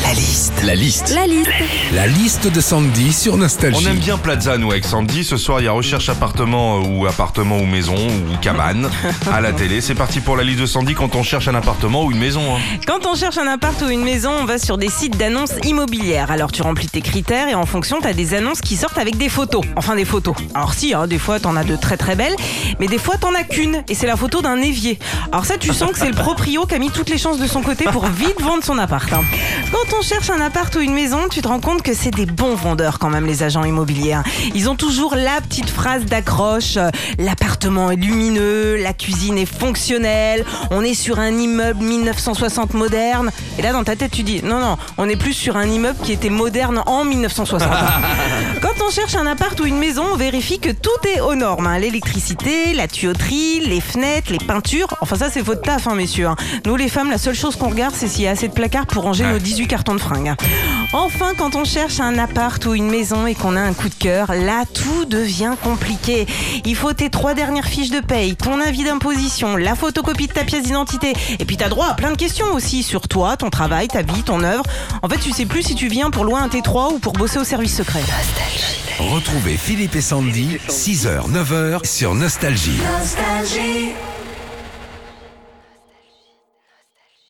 La liste. La liste. La liste. La liste de Sandy sur Nostalgie. On aime bien Plaza, nous, avec Sandy. Ce soir, il y a recherche appartement ou maison ou cabane à la télé. C'est parti pour la liste de Sandy quand on cherche un appartement ou une maison. Quand on cherche un appart ou une maison, on va sur des sites d'annonces immobilières. Alors tu remplis tes critères et en fonction, t'as des annonces qui sortent avec des photos. Enfin des photos. Alors si, des fois t'en as de très très belles, mais des fois t'en as qu'une. Et c'est la photo d'un évier. Alors ça, tu sens que c'est le proprio qui a mis toutes les chances de son côté pour vite vendre son appart. Quand on cherche un appart ou une maison, tu te rends compte que c'est des bons vendeurs quand même, les agents immobiliers. Ils ont toujours la petite phrase d'accroche. L'appartement est lumineux, la cuisine est fonctionnelle, on est sur un immeuble 1960 moderne. Et là, dans ta tête, tu dis, non, on est plus sur un immeuble qui était moderne en 1960. Quand on cherche un appart ou une maison, on vérifie que tout est aux normes. L'électricité, la tuyauterie, les fenêtres, les peintures. Enfin, ça, c'est votre taf, messieurs. Nous, les femmes, la seule chose qu'on regarde, c'est s'il y a assez de placards pour ranger nos 18 cartons de fringues. Enfin, quand on cherche un appart ou une maison et qu'on a un coup de cœur, là, tout devient compliqué. Il faut tes 3 dernières fiches de paye, ton avis d'imposition, la photocopie de ta pièce d'identité. Et puis, t'as droit à plein de questions aussi sur toi, ton travail, ta vie, ton œuvre. En fait, tu sais plus si tu viens pour loin un T3 ou pour bosser au service secret. Retrouvez Philippe et Sandy, 6h, 9h sur Nostalgie. Nostalgie.